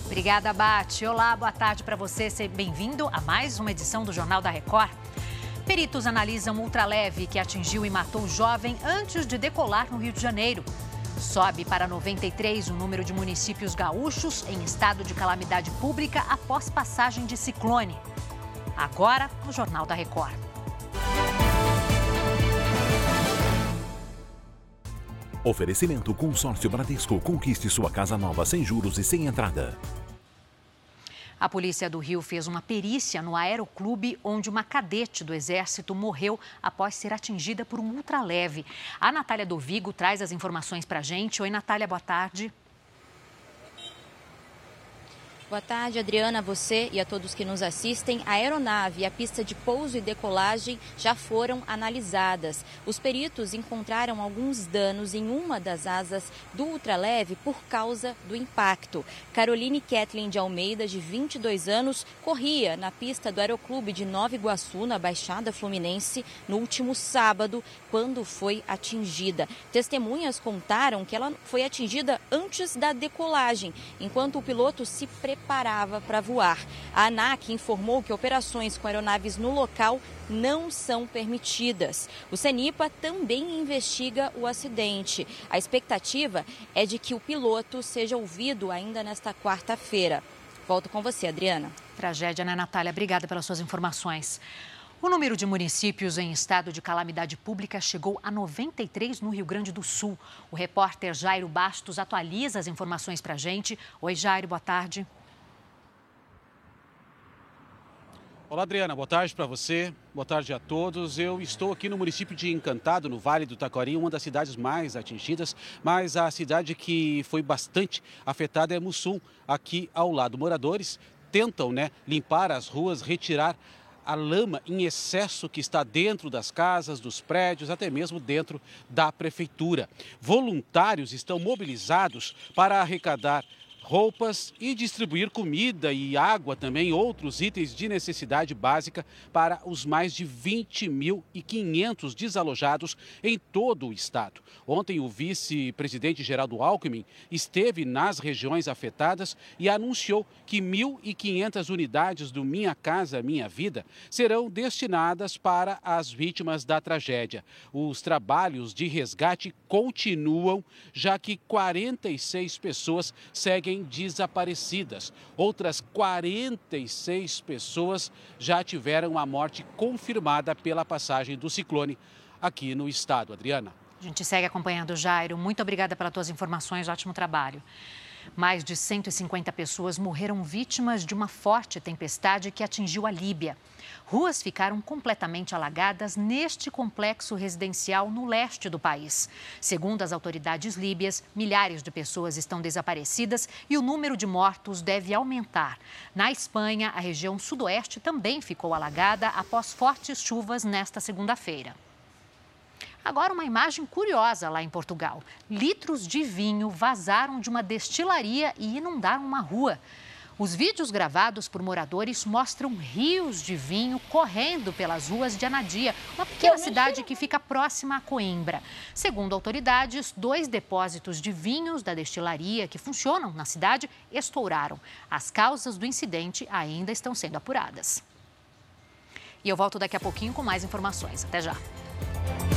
Obrigada, Bate. Olá, boa tarde para você. Seja bem-vindo a mais uma edição do Jornal da Record. Peritos analisam ultraleve que atingiu e matou o jovem antes de decolar no Rio de Janeiro. Sobe para 93 o número de municípios gaúchos em estado de calamidade pública após passagem de ciclone. Agora, no Jornal da Record. Oferecimento Consórcio Bradesco. Conquiste sua casa nova sem juros e sem entrada. A polícia do Rio fez uma perícia no aeroclube onde uma cadete do Exército morreu após ser atingida por um ultraleve. A Natália Dovigo traz as informações para a gente. Oi, Natália, boa tarde. Boa tarde, Adriana, a você e a todos que nos assistem. A aeronave e a pista de pouso e decolagem já foram analisadas. Os peritos encontraram alguns danos em uma das asas do ultraleve por causa do impacto. Caroline Kathleen de Almeida, de 22 anos, corria na pista do Aeroclube de Nova Iguaçu, na Baixada Fluminense, no último sábado, quando foi atingida. Testemunhas contaram que ela foi atingida antes da decolagem, enquanto o piloto se preparava para voar. A ANAC informou que operações com aeronaves no local não são permitidas. O CENIPA também investiga o acidente. A expectativa é de que o piloto seja ouvido ainda nesta quarta-feira. Volto com você, Adriana. Tragédia, né, Natália? Obrigada pelas suas informações. O número de municípios em estado de calamidade pública chegou a 93 no Rio Grande do Sul. O repórter Jairo Bastos atualiza as informações para a gente. Oi, Jairo, boa tarde. Olá, Adriana, boa tarde para você, boa tarde a todos. Eu estou aqui no município de Encantado, no Vale do Taquari, uma das cidades mais atingidas, mas a cidade que foi bastante afetada é Mussum, aqui ao lado. Moradores tentam, limpar as ruas, retirar a lama em excesso que está dentro das casas, dos prédios, até mesmo dentro da prefeitura. Voluntários estão mobilizados para arrecadar roupas e distribuir comida e água também, outros itens de necessidade básica para os mais de 20.500 desalojados em todo o estado. Ontem o vice-presidente Geraldo Alckmin esteve nas regiões afetadas e anunciou que 1.500 unidades do Minha Casa Minha Vida serão destinadas para as vítimas da tragédia. Os trabalhos de resgate continuam, já que 46 pessoas seguem desaparecidas. Outras 46 pessoas já tiveram a morte confirmada pela passagem do ciclone aqui no estado. Adriana. A gente segue acompanhando, Jairo. Muito obrigada pelas tuas informações, ótimo trabalho. Mais de 150 pessoas morreram vítimas de uma forte tempestade que atingiu a Líbia. Ruas ficaram completamente alagadas neste complexo residencial no leste do país. Segundo as autoridades líbias, milhares de pessoas estão desaparecidas e o número de mortos deve aumentar. Na Espanha, a região sudoeste também ficou alagada após fortes chuvas nesta segunda-feira. Agora, uma imagem curiosa lá em Portugal. Litros de vinho vazaram de uma destilaria e inundaram uma rua. Os vídeos gravados por moradores mostram rios de vinho correndo pelas ruas de Anadia, uma pequena cidade que fica próxima a Coimbra. Segundo autoridades, 2 depósitos de vinhos da destilaria que funcionam na cidade estouraram. As causas do incidente ainda estão sendo apuradas. E eu volto daqui a pouquinho com mais informações. Até já.